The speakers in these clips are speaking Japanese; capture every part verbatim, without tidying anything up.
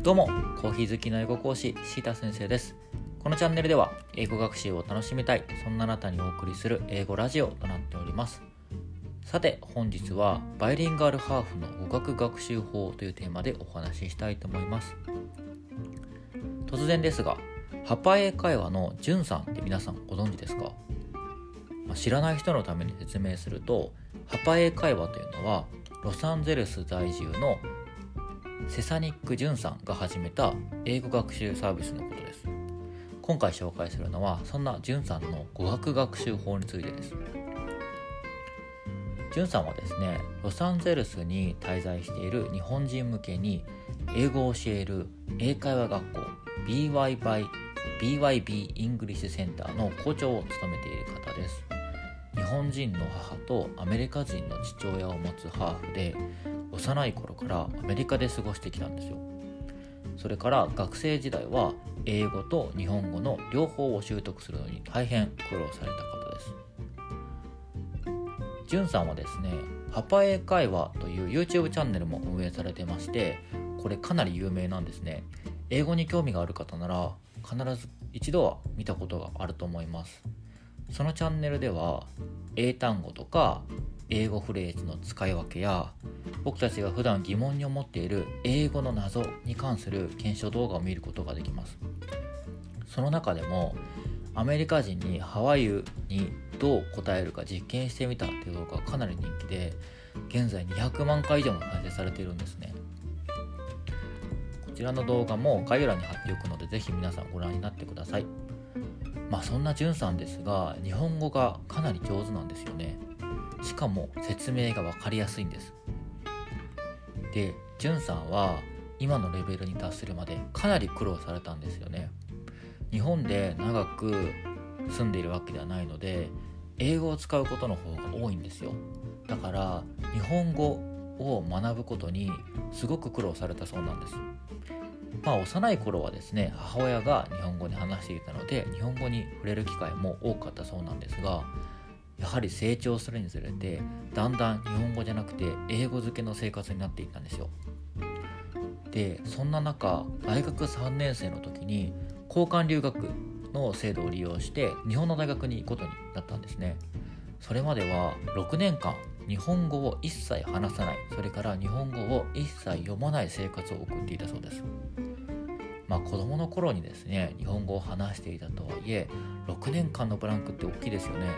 どうも、コーヒー好きの英語講師シータ先生です。このチャンネルでは英語学習を楽しみたい、そんなあなたにお送りする英語ラジオとなっております。さて本日はバイリンガルハーフの語学学習法というテーマでお話ししたいと思います。突然ですが、ハパ英会話のジュンさんって皆さんご存知ですか？まあ、知らない人のために説明すると、ハパ英会話というのはロサンゼルス在住のセサニック・ジュンさんが始めた英語学習サービスのことです。今回紹介するのはそんなジュンさんの語学学習法についてです。ジュンさんはですね、ロサンゼルスに滞在している日本人向けに英語を教える英会話学校 ビーワイ by ビーワイビー イングリッシュセンターの校長を務めている方です。日本人の母とアメリカ人の父親を持つハーフで、幼い頃からアメリカで過ごしてきたんですよ。それから学生時代は英語と日本語の両方を習得するのに大変苦労された方です。ジュンさんはですね、ハパ英会話という YouTube チャンネルも運営されてまして、これかなり有名なんですね。英語に興味がある方なら必ず一度は見たことがあると思います。そのチャンネルでは英単語とか英語フレーズの使い分けや、僕たちが普段疑問に思っている英語の謎に関する検証動画を見ることができます。その中でもアメリカ人に How are you にどう答えるか実験してみたという動画がかなり人気で、現在にひゃくまんかい以上も再生されているんですね。こちらの動画も概要欄に貼っておくので、ぜひ皆さんご覧になってください。まあそんなジュンさんですが、日本語がかなり上手なんですよね。しかも説明が分かりやすいんです。で、ジュンさんは今のレベルに達するまでかなり苦労されたんですよね。日本で長く住んでいるわけではないので、英語を使うことの方が多いんですよ。だから日本語を学ぶことにすごく苦労されたそうなんです。まあ幼い頃はですね、母親が日本語に話していたので日本語に触れる機会も多かったそうなんですが、やはり成長するにつれてだんだん日本語じゃなくて英語漬けの生活になっていったんですよ。で、そんな中、大学さんねん生の時に交換留学の制度を利用して日本の大学に行くことになったんですね。それまではろくねんかん日本語を一切話さない、それから日本語を一切読まない生活を送っていたそうです。まあ子供の頃にですね、日本語を話していたとはいえろくねんかんのブランクって大きいですよね。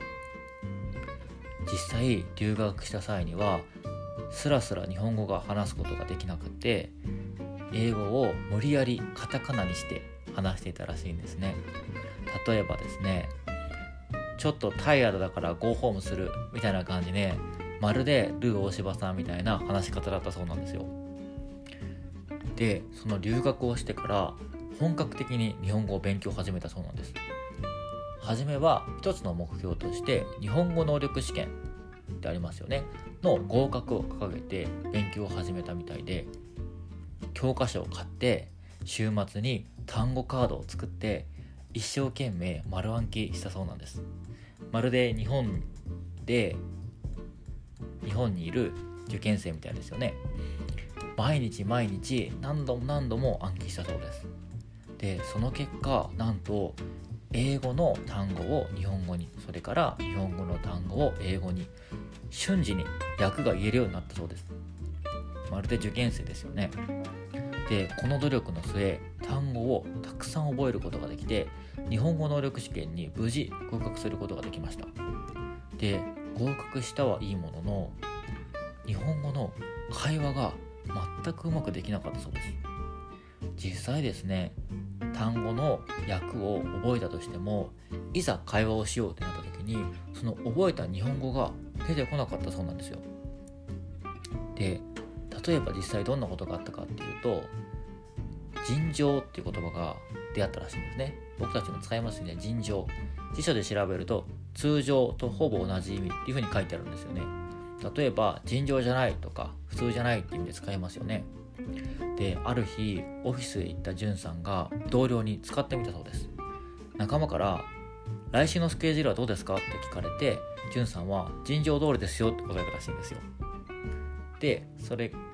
実際留学した際にはスラスラ日本語が話すことができなくて、英語を無理やりカタカナにして話していたらしいんですね。例えばですね、ちょっとタイヤードだからゴーホームするみたいな感じで、まるでルー大柴さんみたいな話し方だったそうなんですよ。で、その留学をしてから本格的に日本語を勉強を始めたそうなんです。はじめは一つの目標として日本語能力試験ってありますよねの合格を掲げて勉強を始めたみたいで、教科書を買って週末に単語カードを作って一生懸命丸暗記したそうなんです。まるで日本で日本にいる受験生みたいですよね。毎日毎日何度も何度も暗記したそうです。で、その結果なんと英語の単語を日本語に、それから日本語の単語を英語に瞬時に訳が言えるようになったそうです。まるで受験生ですよね。で、この努力の末、単語をたくさん覚えることができて、日本語能力試験に無事合格することができました。で、合格したはいいものの、日本語の会話が全くうまくできなかったそうです。実際ですね、単語の訳を覚えたとしても、いざ会話をしようってなった時にその覚えた日本語が出てこなかったそうなんですよ。で、例えば実際どんなことがあったかっていうと、尋常っていう言葉が出会ったらしいんですね。僕たちも使いますよね、尋常。辞書で調べると通常とほぼ同じ意味っていう風に書いてあるんですよね。例えば尋常じゃないとか普通じゃないっていう意味で使いますよね。で、ある日オフィスへ行ったジュンさんが同僚に使ってみたそうです。仲間から来週のスケジュールはどうですかって聞かれて、ジュンさんは尋常通りですよって答えたらしいんですよ。で、それ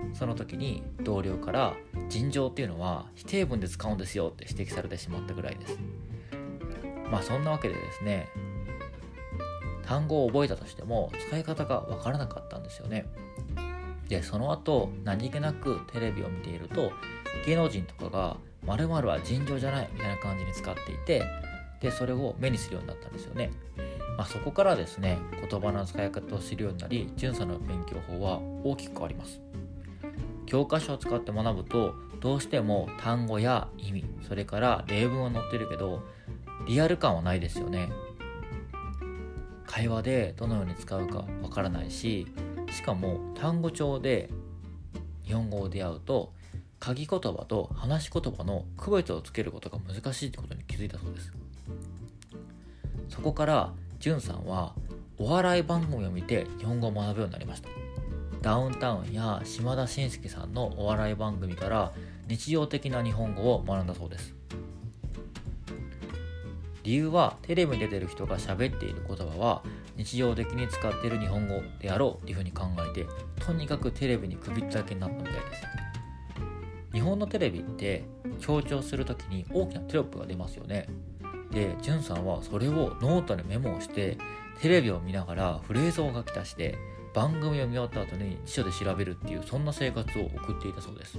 その時に同僚から尋常っていうのは否定文で使うんですよって指摘されてしまったぐらいです。まあそんなわけでですね、単語を覚えたとしても使い方がわからなかったんですよね。でその後何気なくテレビを見ていると、芸能人とかが〇〇は尋常じゃないみたいな感じに使っていて、でそれを目にするようになったんですよね。まあ、そこからですね、言葉の使い方を知るようになり、じゅんさんの勉強法は大きく変わります。教科書を使って学ぶと、どうしても単語や意味、それから例文は載ってるけどリアル感はないですよね。会話でどのように使うかわからないし、しかも単語帳で日本語を出会うと、書き言葉と話し言葉の区別をつけることが難しいってことに気づいたそうです。そこからじゅんさんはお笑い番組を見て日本語を学ぶようになりました。ダウンタウンや島田紳介さんのお笑い番組から日常的な日本語を学んだそうです。理由は、テレビに出てる人が喋っている言葉は日常的に使っている日本語であろうっていうふうに考えて、とにかくテレビに首ったけになったみたいです。日本のテレビって強調するときに大きなテロップが出ますよね。で、じゅんさんはそれをノートにメモをして、テレビを見ながらフレーズを書き足して、番組を見終わった後に辞書で調べるっていう、そんな生活を送っていたそうです。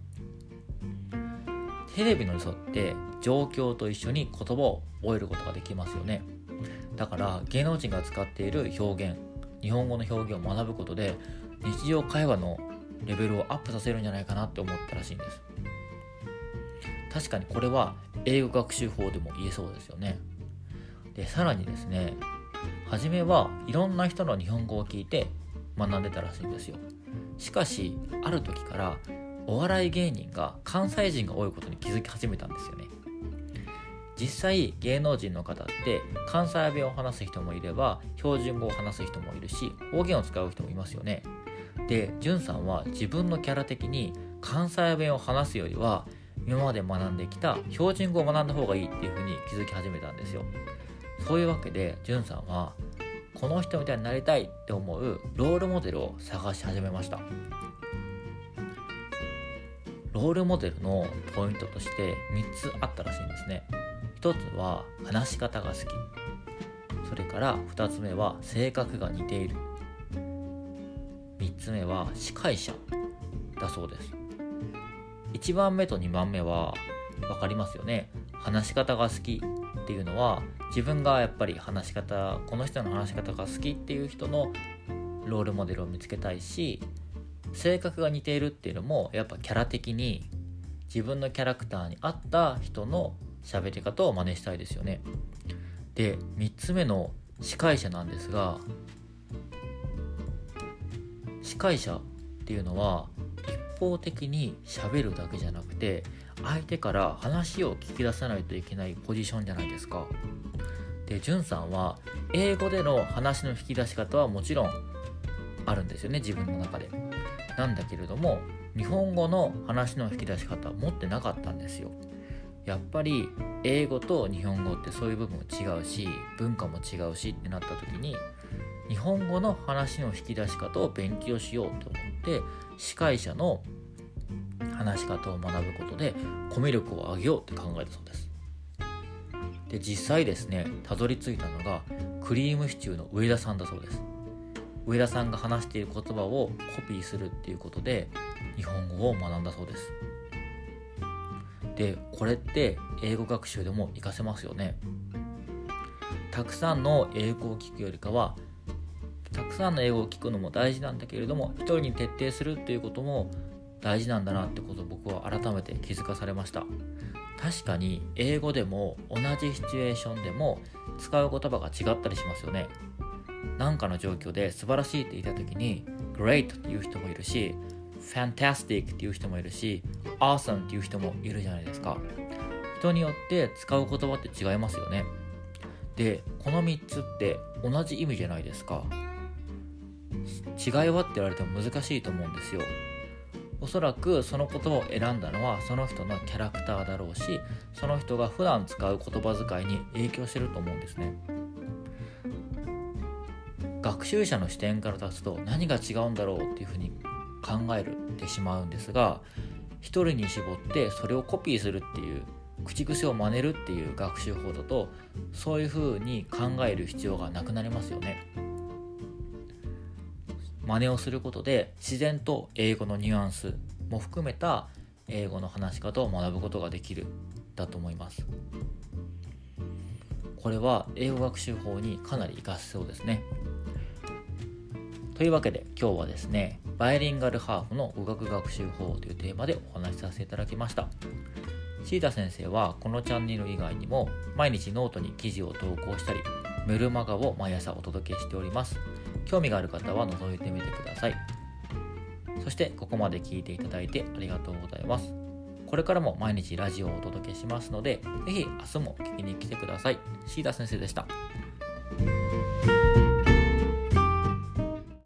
テレビの嘘って状況と一緒に言葉を覚えることができますよね。だから芸能人が使っている表現、日本語の表現を学ぶことで日常会話のレベルをアップさせるんじゃないかなって思ったらしいんです。確かにこれは英語学習法でも言えそうですよね。で、さらにですね、初めはいろんな人の日本語を聞いて学んでたらしいんですよ。しかしある時からお笑い芸人が関西人が多いことに気づき始めたんですよね。実際芸能人の方って関西弁を話す人もいれば標準語を話す人もいるし、方言を使う人もいますよね。で、じゅんさんは自分のキャラ的に関西弁を話すよりは今まで学んできた標準語を学んだ方がいいっていうふうに気づき始めたんですよ。そういうわけでじゅんさんはこの人みたいになりたいって思うロールモデルを探し始めました。ロールモデルのポイントとしてみっつあったらしいんですね。ひとつは話し方が好き、それからふたつめは性格が似ている、みっつめは司会者だそうです。いちばんめとにばんめは分かりますよね。話し方が好きっていうのは、自分がやっぱり話し方、この人の話し方が好きっていう人のロールモデルを見つけたいし、性格が似ているっていうのもやっぱキャラ的に自分のキャラクターに合った人の喋り方を真似したいですよね。で、みっつめの司会者なんですが、司会者っていうのは一方的に喋るだけじゃなくて、相手から話を聞き出さないといけないポジションじゃないですか。で、じゅんさんは英語での話の引き出し方はもちろんあるんですよね、自分の中で。なんだけれども日本語の話の引き出し方は持ってなかったんですよ。やっぱり英語と日本語ってそういう部分も違うし、文化も違うしってなった時に、日本語の話の引き出し方を勉強しようと思って司会者の話し方を学ぶことでコミュ力を上げようって考えたそうです。で、実際ですね、たどり着いたのがクリームシチューの上田さんだそうです。上田さんが話している言葉をコピーするっていうことで日本語を学んだそうです。で、これって英語学習でも活かせますよね。たくさんの英語を聞くよりかは、たくさんの英語を聞くのも大事なんだけれども、一人に徹底するっていうことも大事なんだなってことを僕は改めて気づかされました。確かに英語でも同じシチュエーションでも使う言葉が違ったりしますよね。何かの状況で素晴らしいって言った時に Great っていう人もいるし、 Fantastic っていう人もいるし、 Awesome っていう人もいるじゃないですか。人によって使う言葉って違いますよね。で、このみっつって同じ意味じゃないですか。違いはって言われても難しいと思うんですよ。おそらくその言葉を選んだのはその人のキャラクターだろうし、その人が普段使う言葉遣いに影響してると思うんですね。学習者の視点から立つと何が違うんだろうっていうふうに考えてしまうんですが、一人に絞ってそれをコピーするっていう、口癖を真似るっていう学習法だと、そういうふうに考える必要がなくなりますよね。真似をすることで自然と英語のニュアンスも含めた英語の話し方を学ぶことができるだと思います。これは英語学習法にかなり活かせそうですね。というわけで今日はですね、バイリンガルハーフの語学学習法というテーマでお話しさせていただきました。シーダ先生はこのチャンネル以外にも毎日ノートに記事を投稿したり、メルマガを毎朝お届けしております。興味がある方は覗いてみてください。そしてここまで聞いていただいてありがとうございます。これからも毎日ラジオをお届けしますので、ぜひ明日も聞きに来てください。シーダ先生でした。